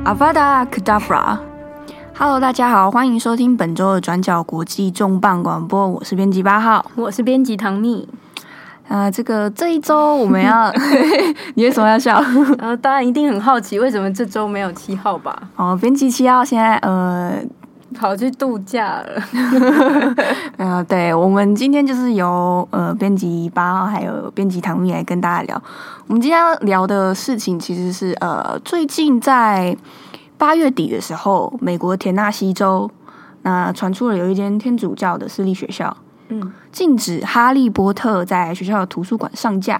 Avada Kedavra。Hello， 大家好，欢迎收听本周的转角国际重磅广播，我是编辑8号， 我是编辑唐蜜。 这一周我们要你为什么要笑？ 大家一定很好奇，为什么这周没有7号吧？ 编辑7号现在跑去度假了。 对，我们今天就是由编辑8号还有编辑唐蜜来跟大家聊。我们今天要聊的事情其实是最近在8月底的时候，美国田纳西州那传出了有一间天主教的私立学校，禁止《哈利波特》在学校的图书馆上架。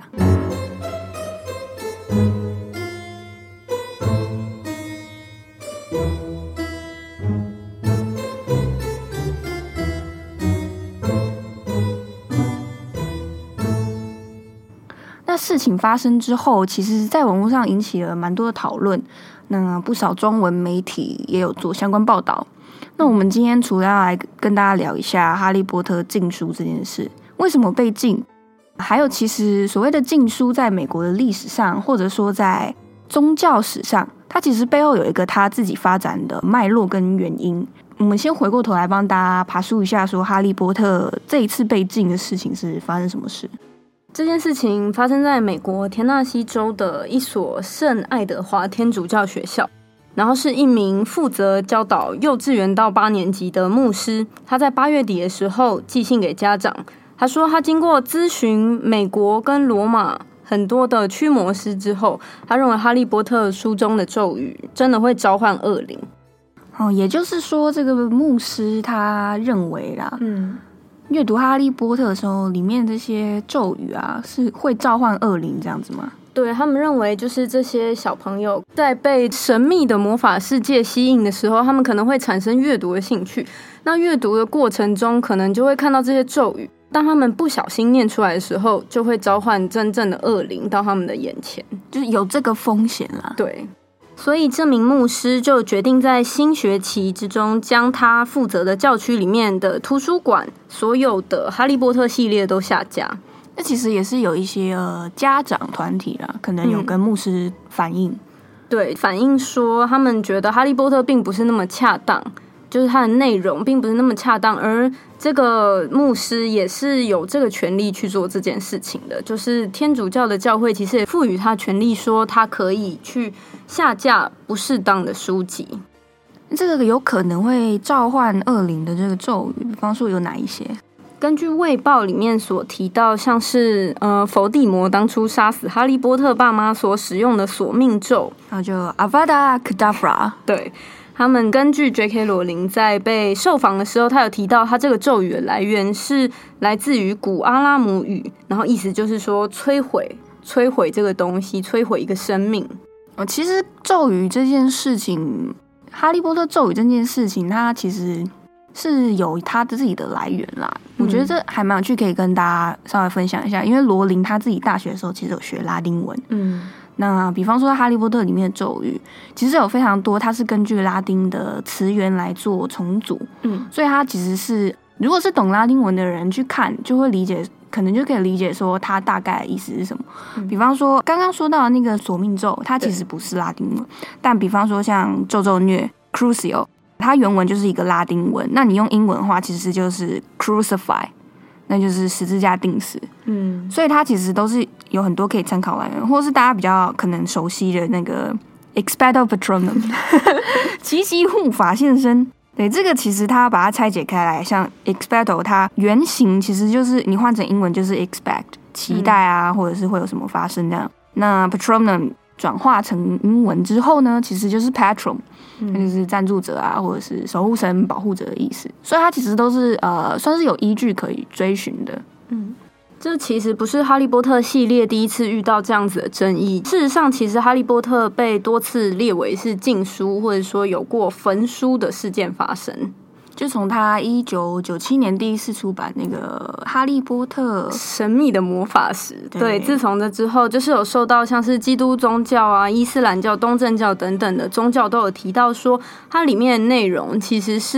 那事情发生之后，其实在网络上引起了蛮多的讨论，那不少中文媒体也有做相关报道。那我们今天除了要来跟大家聊一下哈利波特禁书这件事，为什么被禁，还有其实所谓的禁书在美国的历史上，或者说在宗教史上，它其实背后有一个它自己发展的脉络跟原因。我们先回过头来帮大家爬梳一下，说哈利波特这一次被禁的事情是发生什么事。 这件事情发生在美国田纳西州的一所圣爱德华天主教学校，然后是一名负责教导幼稚园到8年级的牧师，他在8月底的时候寄信给家长，他说他经过咨询美国跟罗马很多的驱魔师之后，他认为哈利波特书中的咒语真的会召唤恶灵。 也就是说这个牧师他认为啦，阅读哈利波特的时候，里面这些咒语啊是会召唤恶灵这样子吗？ 对，他们认为就是这些小朋友在被神秘的魔法世界吸引的时候，他们可能会产生阅读的兴趣，那阅读的过程中可能就会看到这些咒语，当他们不小心念出来的时候，就会召唤真正的恶灵到他们的眼前， 就是有这个风险啦。 对，所以这名牧师就决定在新学期之中，将他负责的教区里面的图书馆所有的哈利波特系列都下架。 那其实也是有一些家长团体啦，可能有跟牧师反映， 对，反映说他们觉得哈利波特并不是那么恰当，就是它的内容并不是那么恰当，而这个牧师也是有这个权利去做这件事情的，就是天主教的教会其实也赋予他权利，说他可以去下架不适当的书籍。 这个有可能会召唤恶灵的这个咒语，比方说有哪一些？ 根据卫报里面所提到，像是伏地魔当初杀死哈利波特爸妈所使用的索命咒， 然后就 Avada Kedavra。 对，他们根据 J.K. 罗琳在被受访的时候，他有提到他这个咒语的来源是来自于古阿拉姆语，然后意思就是说摧毁这个东西，摧毁一个生命。 其实咒语这件事情，哈利波特咒语这件事情，它其实是有他自己的来源啦。我觉得这还蛮有趣，可以跟大家稍微分享一下。因为罗琳他自己大学的时候其实有学拉丁文，那比方说哈利波特里面的咒语，其实有非常多它是根据拉丁的词源来做重组，所以它其实是如果是懂拉丁文的人去看，就会理解，可能就可以理解说它大概的意思是什么。比方说刚刚说到的那个索命咒，它其实不是拉丁文，但比方说像咒咒虐 Crucio， 它原文就是一个拉丁文，那你用英文的话其实就是 Crucify， 那就是十字架钉死。所以它其实都是有很多可以参考来源，或是大家比较可能熟悉的那个 Expecto Patronum 奇迹护法现身。对，这个其实它把它拆解开来，像 Expecto 它原型其实就是你换成英文就是 expect 期待啊，或者是会有什么发生这样。那 Patronum 转化成英文之后呢，其实就是 Patron， 那就是赞助者啊，或者是守护神、保护者的意思。所以它其实都是算是有依据可以追寻的。 这其实不是哈利波特系列第一次遇到这样子的争议。事实上，其实哈利波特被多次列为是禁书，或者说有过焚书的事件发生。 就从他1997年第一次出版那个《哈利波特神秘的魔法石》，对，自从这之后，就是有受到像是基督宗教啊、伊斯兰教、东正教等等的宗教都有提到说，它里面的内容其实是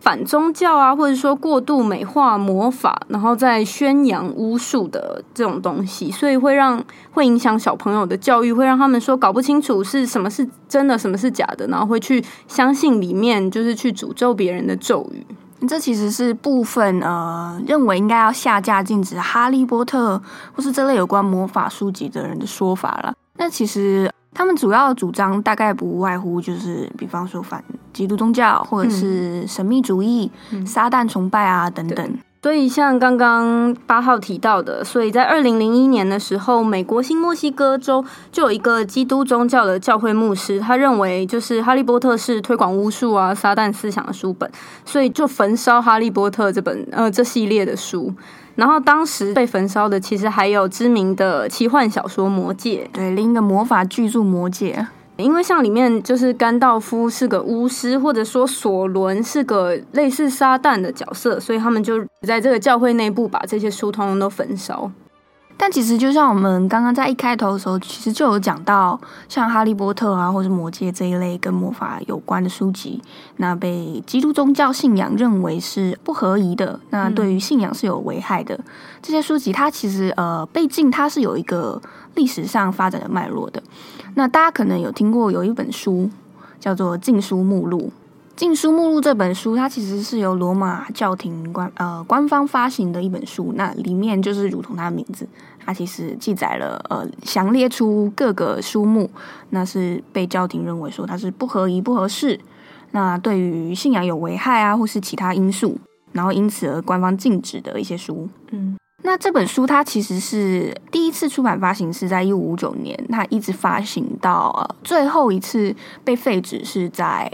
反宗教啊，或者说过度美化魔法，然后再宣扬巫术的这种东西，所以会影响小朋友的教育，会让他们说搞不清楚是什么是真的，什么是假的，然后会去相信里面就是去诅咒别人的咒语。 这其实是部分认为应该要下架禁止哈利波特或是这类有关魔法书籍的人的说法了。那其实他们主要的主张大概不外乎就是比方说反基督宗教或者是神秘主义、撒旦崇拜啊等等。 所以像刚刚8号提到的，所以在2001年的时候，美国新墨西哥州就有一个基督宗教的教会牧师，他认为就是哈利波特是推广巫术啊、撒旦思想的书本，所以就焚烧哈利波特这系列的书。然后当时被焚烧的其实还有知名的奇幻小说《魔戒》， 对，另一个魔法巨著《魔戒》。 因为像里面就是甘道夫是个巫师，或者说索伦是个类似撒旦的角色，所以他们就在这个教会内部把这些书通通都焚烧。 但其实就像我们刚刚在一开头的时候，其实就有讲到，像哈利波特啊，或是魔戒这一类跟魔法有关的书籍，那被基督宗教信仰认为是不合宜的，那对于信仰是有危害的。这些书籍它其实被禁，它是有一个历史上发展的脉络的。那大家可能有听过有一本书叫做《禁书目录》。《禁书目录》这本书，它其实是由罗马教廷官方发行的一本书。那里面就是如同它的名字，它其实记载了详列出各个书目，那是被教廷认为说它是不合宜、不合适，那对于信仰有危害啊，或是其他因素，然后因此而官方禁止的一些书。那这本书它其实是第一次出版发行是在1559年，它一直发行到最后一次被废止是在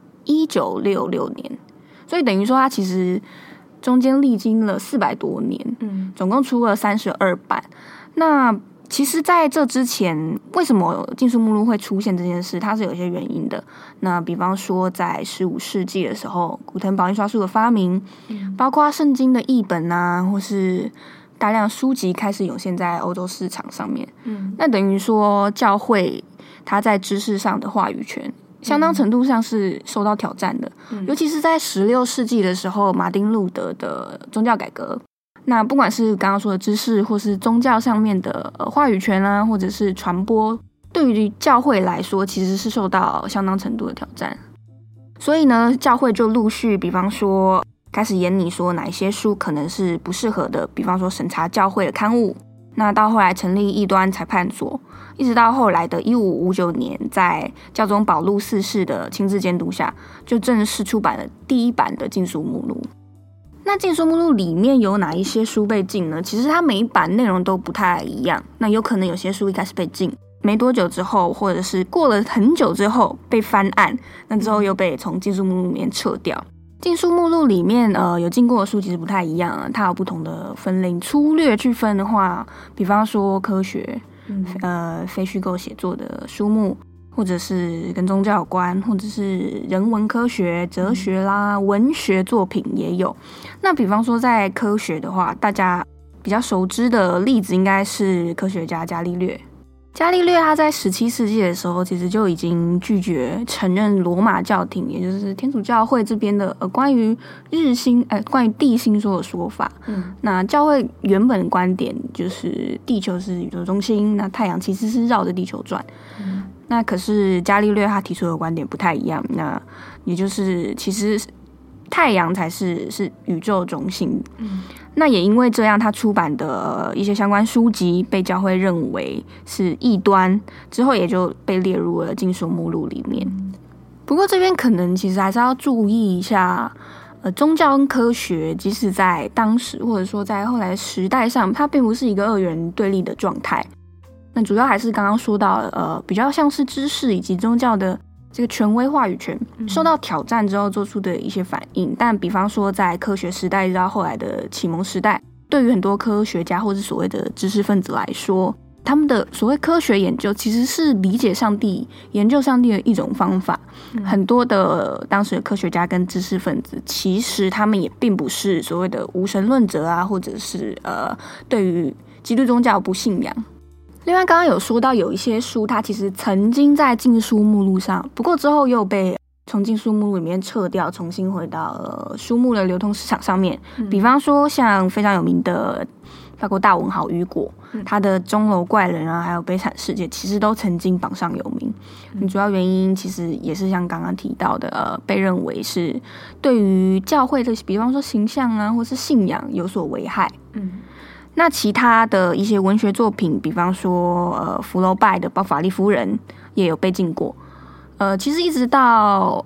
1966年，所以等于说它其实中间历经了400多年，总共出了32版。那其实在这之前，为什么禁书目录会出现这件事，它是有一些原因的。那比方说在15世纪的时候，古腾堡印刷术的发明，包括圣经的译本啊，或是大量书籍开始涌现在欧洲市场上面，那等于说教会它在知识上的话语权相当程度上是受到挑战的，尤其是在16世纪的时候，马丁路德的宗教改革，那不管是刚刚说的知识或是宗教上面的话语权啊，或者是传播，对于教会来说其实是受到相当程度的挑战。所以呢，教会就陆续比方说开始研拟说哪一些书可能是不适合的，比方说审查教会的刊物，那到后来成立异端裁判所，一直到后来的1559年，在教宗保禄4世的亲自监督下，就正式出版了第一版的禁书目录。那禁书目录里面有哪一些书被禁呢？其实它每一版内容都不太一样，那有可能有些书一开始被禁，没多久之后，或者是过了很久之后被翻案，那之后又被从禁书目录里面撤掉。禁书目录里面有禁过的书其实不太一样，它有不同的分类。粗略去分的话，比方说科学、非虚构写作的书目，或者是跟宗教有关，或者是人文科学、哲学啦、文学作品也有。那比方说在科学的话，大家比较熟知的例子应该是科学家伽利略。伽利略他在17世纪的时候，其实就已经拒绝承认罗马教廷，也就是天主教会这边的关于关于地心说的说法。那教会原本的观点就是地球是宇宙中心，那太阳其实是绕着地球转。那可是伽利略他提出的观点不太一样，那也就是其实太阳才是宇宙中心。那也因为这样，他出版的一些相关书籍被教会认为是异端，之后也就被列入了禁书目录里面。不过这边可能其实还是要注意一下，宗教跟科学即使在当时或者说在后来的时代上，它并不是一个二元对立的状态。那主要还是刚刚说到比较像是知识以及宗教的这个权威话语权受到挑战之后做出的一些反应。但比方说在科学时代到后来的启蒙时代，对于很多科学家或是所谓的知识分子来说，他们的所谓科学研究其实是理解上帝、研究上帝的一种方法。很多的当时的科学家跟知识分子，其实他们也并不是所谓的无神论者啊，或者是对于基督宗教不信仰。另外刚刚有说到有一些书它其实曾经在禁书目录上，不过之后又被从禁书目录里面撤掉，重新回到书目的流通市场上面。比方说像非常有名的法国大文豪雨果，他的《钟楼怪人》啊，还有《悲惨世界》，其实都曾经榜上有名。主要原因其实也是像刚刚提到的，被认为是对于教会的，比方说形象啊，或是信仰有所危害。那其他的一些文学作品，比方说福楼拜的《包法利夫人》也有被禁过。其实一直到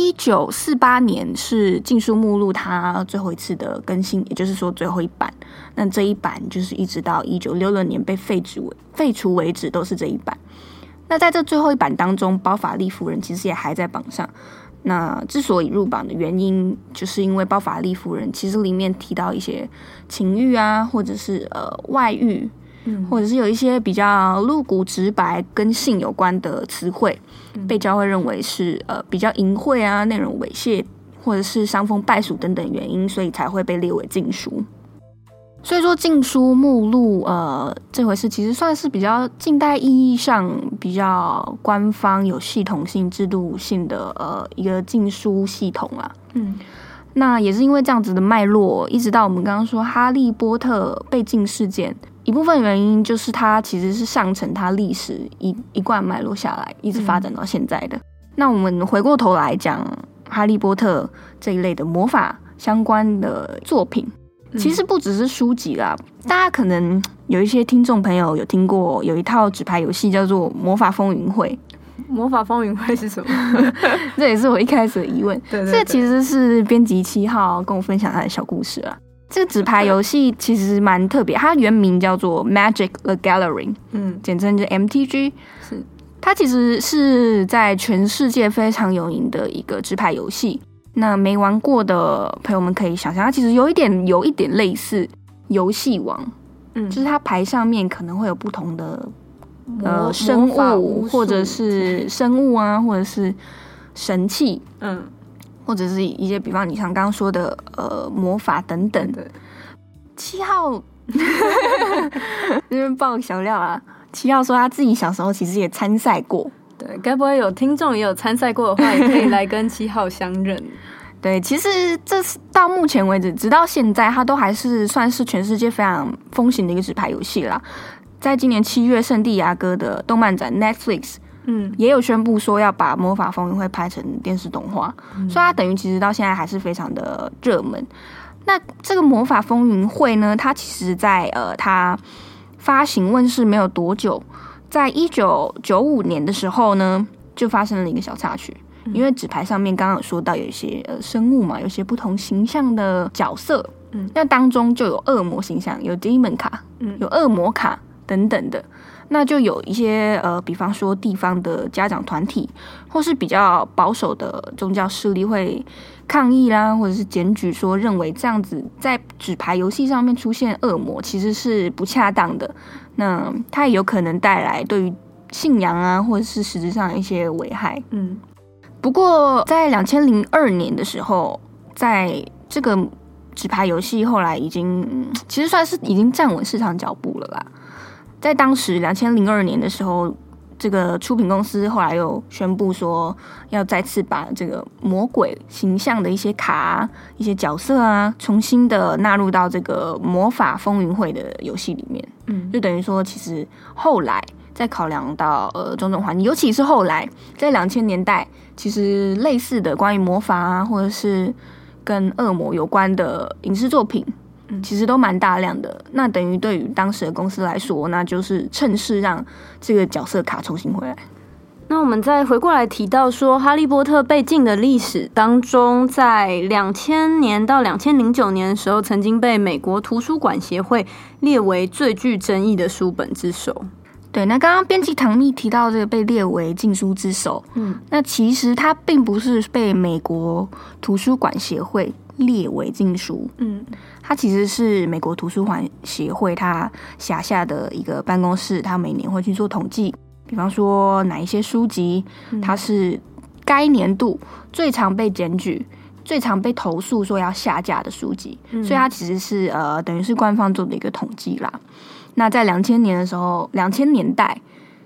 1948年是禁书目录它最后一次的更新，也就是说最后一版。那这一版就是一直到1966年被废除为止，都是这一版。那在这最后一版当中，包法利夫人其实也还在榜上。那之所以入榜的原因，就是因为包法利夫人其实里面提到一些情欲啊，或者是外遇，或者是有一些比较露骨直白跟性有关的词汇，被教会认为是比较淫秽啊、内容猥亵或者是伤风败俗等等原因，所以才会被列为禁书。所以说禁书目录这回事其实算是比较近代意义上比较官方有系统性制度性的一个禁书系统啦。那也是因为这样子的脉络，一直到我们刚刚说哈利波特被禁事件，一部分原因就是它其实是上承它历史一贯脉络下来，一直发展到现在的。那我们回过头来讲哈利波特这一类的魔法相关的作品，其实不只是书籍啦，大家可能有一些听众朋友有听过有一套纸牌游戏叫做魔法风云会。 魔法风云会是什么？ 这也是我一开始的疑问。 对， 这其实是编辑7号跟我分享他的小故事啦。这个纸牌游戏其实蛮特别，它原名叫做 Magic the Gathering，简称就 MTG。是，它其实是在全世界非常有名的一个纸牌游戏。那没玩过的朋友们可以想象，它其实有一点类似游戏王，就是它牌上面可能会有不同的生物，或者是生物啊，或者是神器，或者是一些比方你像刚刚说的魔法等等的。7号这边爆小料啊，7号说他自己小时候其实也参赛过。 对，该不会有听众也有参赛过的话，也可以来跟7号相认。 对，其实这到目前为止，直到现在，它都还是算是全世界非常风行的一个纸牌游戏啦。在今年7月，圣地亚哥的动漫展 Netflix，也有宣布说要把魔法风云会拍成电视动画，所以它等于其实到现在还是非常的热门。那这个魔法风云会呢，它其实在它发行问世没有多久，在1995年的时候呢，就发生了一个小插曲。因为纸牌上面刚刚有说到有一些生物嘛，有些不同形象的角色，那当中就有恶魔形象，有 demon 卡，有恶魔卡等等的。那就有一些比方说地方的家长团体，或是比较保守的宗教势力会抗议啦，或者是检举说认为这样子在纸牌游戏上面出现恶魔其实是不恰当的，那它也有可能带来对于信仰啊或者是实质上的一些危害。不过在2002年的时候，在这个纸牌游戏后来已经其实算是已经站稳市场脚步了啦。在当时2002年的时候，这个出品公司后来又宣布说要再次把这个魔鬼形象的一些卡啊、一些角色啊重新的纳入到这个魔法风云会的游戏里面。就等于说其实后来再考量到种种环境，尤其是后来在2000年代，其实类似的关于魔法啊，或者是跟恶魔有关的影视作品，其实都蛮大量的。那等于对于当时的公司来说，那就是趁势让这个角色卡重新回来。 那我们再回过来提到说，哈利波特被禁的历史当中，在2000年到2009年的时候，曾经被美国图书馆协会列为最具争议的书本之首。 对，那刚刚编辑唐蜜提到这个被列为禁书之首，那其实它并不是被美国图书馆协会列为禁书，它其实是美国图书馆协会它辖下的一个办公室，它每年会去做统计，比方说哪一些书籍它是该年度最常被检举、最常被投诉说要下架的书籍，所以它其实是等于是官方做的一个统计啦。那在2000年的时候，2000年代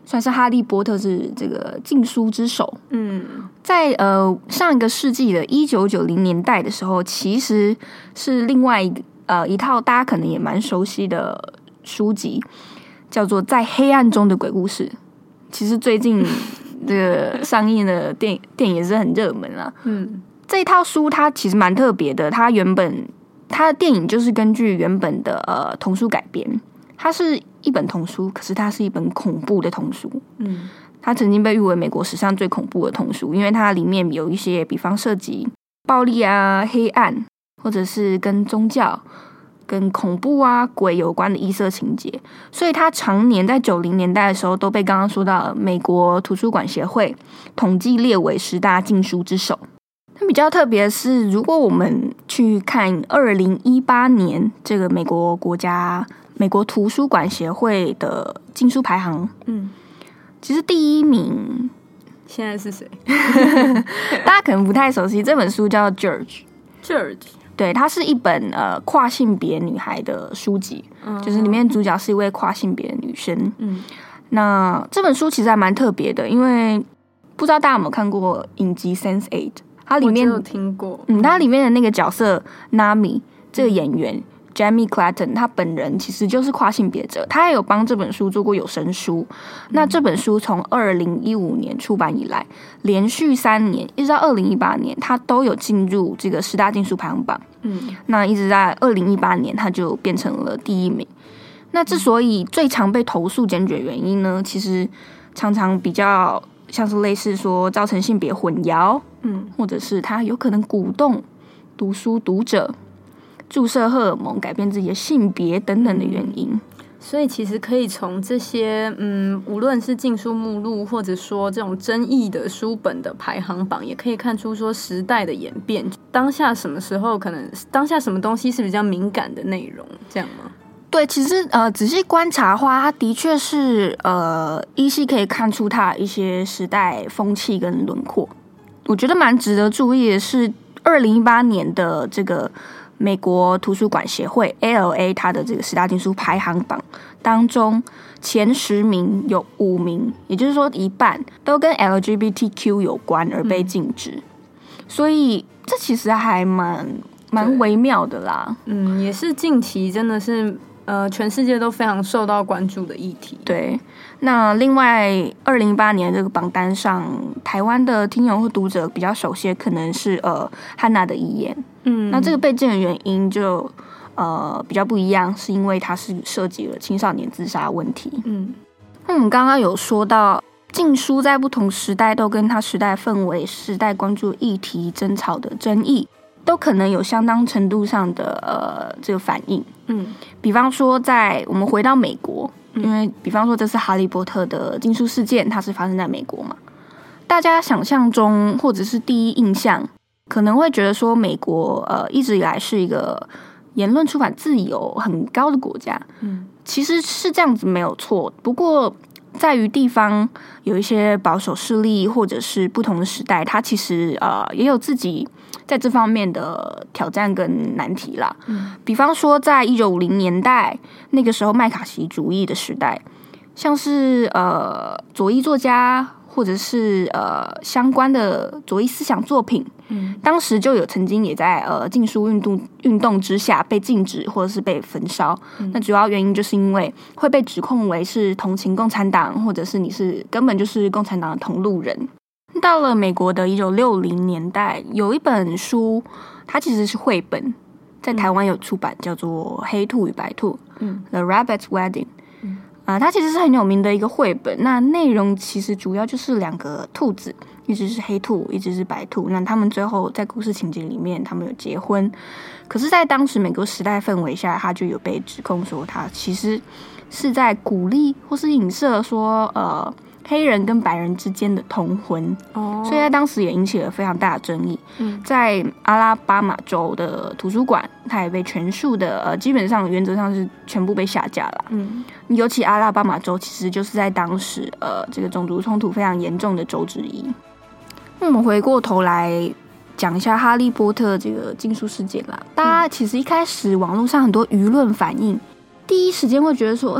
算是哈利波特是这个禁书之首。在上一个世纪的1990年代的时候，其实是另外一套大家可能也蛮熟悉的书籍，叫做《在黑暗中的鬼故事》。其实最近这个上映的电影也是很热门啦。这一套书它其实蛮特别的，它的电影就是根据原本的童书改编。它是一本童书，可是它是一本恐怖的童书。它曾经被誉为美国史上最恐怖的童书，因为它里面有一些比方涉及暴力啊、黑暗，或者是跟宗教、跟恐怖啊、鬼有关的异色情节，所以它常年在90年代的时候都被刚刚说到美国图书馆协会统计列为10大禁书之首。那比较特别的是，如果我们去看2018年这个美国图书馆协会的禁书排行，其实第一名现在是谁？ 大家可能不太熟悉，这本书叫 George。对，它是一本跨性别女孩的书籍，就是里面主角是一位跨性别的女生。那这本书其实还蛮特别的，因为不知道大家有没有看过影集 Sense8， 它里面我有听过。 它里面的那个角色 Nami 这个演员。Jamie Clayton 他本人其实就是跨性别者，他也有帮这本书做过有声书。那这本书从2015年出版以来，连续3年一直到2018年，他都有进入这个10大禁书排行榜。那一直在2018年，他就变成了第1名。那之所以最常被投诉检举的原因呢，其实常常比较像是类似说造成性别混淆，或者是他有可能鼓动读者注射荷尔蒙改变自己的性别等等的原因。 所以其实可以从这些无论是禁书目录，或者说这种争议的书本的排行榜，也可以看出说时代的演变，当下什么时候可能当下什么东西是比较敏感的内容，这样吗？ 对，其实仔细观察的话，它的确是依稀可以看出它一些时代风气跟轮廓。我觉得蛮值得注意的是2018年的这个美国图书馆协会 ALA 它的这个10大禁书排行榜当中，前10名有5名，也就是说一半都跟 LGBTQ 有关而被禁止。所以这其实还蛮微妙的啦。 也是近期真的是全世界都非常受到关注的议题。 对，那另外2018年这个榜单上，台湾的听友或读者比较熟悉的可能是汉娜的遗言。那这个被禁的原因就比较不一样，是因为它是涉及了青少年自杀问题。那我们刚刚有说到禁书在不同时代都跟它时代氛围、时代关注议题、争吵的争议都可能有相当程度上的这个反应。比方说在我们回到美国，因为比方说这次哈利波特的禁书事件，它是发生在美国嘛，大家想象中或者是第一印象可能会觉得说美国一直以来是一个言论出版自由很高的国家。其实是这样子没有错，不过在于地方有一些保守势力或者是不同的时代，它其实也有自己在这方面的挑战跟难题啦。比方说在1950年代那个时候麦卡锡主义的时代，像是左翼作家或者是相关的左翼思想作品，当时就有曾经也在禁书运动之下被禁止或者是被焚烧。那主要原因就是因为会被指控为是同情共产党，或者是你是根本就是共产党的同路人。到了美国的1960年代，有一本书，它其实是绘本，在台湾有出版，叫做《黑兔与白兔》The Rabbit's Wedding。它其实是很有名的一个绘本，那内容其实主要就是2个兔子，一只是黑兔，一只是白兔。那他们最后在故事情节里面，他们有结婚。可是在当时美国时代氛围下，他就有被指控说他其实是在鼓励或是影射说黑人跟白人之间的通婚。所以在当时也引起了非常大的争议。在阿拉巴马州的图书馆，它也被全数的基本上原则上是全部被下架了。尤其阿拉巴马州其实就是在当时这个种族冲突非常严重的州之一。那我们回过头来讲一下哈利波特这个禁书事件啦。大家其实一开始网络上很多舆论反应，第一时间会觉得说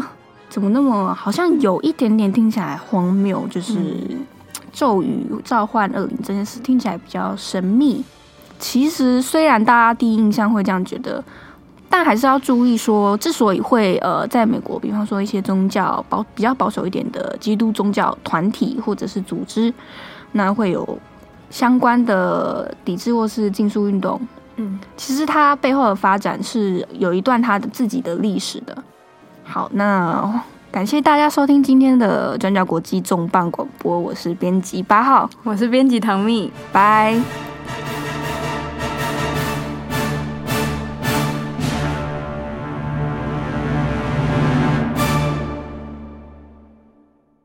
怎么那么好像有一点点听起来荒谬，就是咒语召唤恶灵这件事听起来比较神秘。其实虽然大家第一印象会这样觉得，但还是要注意说，之所以会在美国，比方说一些宗教比较保守一点的基督宗教团体或者是组织，那会有相关的抵制或是禁书运动。其实它背后的发展是有一段它的自己的历史的。好，那感谢大家收听今天的转角国际重磅广播，我是编辑8号， 我是编辑唐蜜， 拜。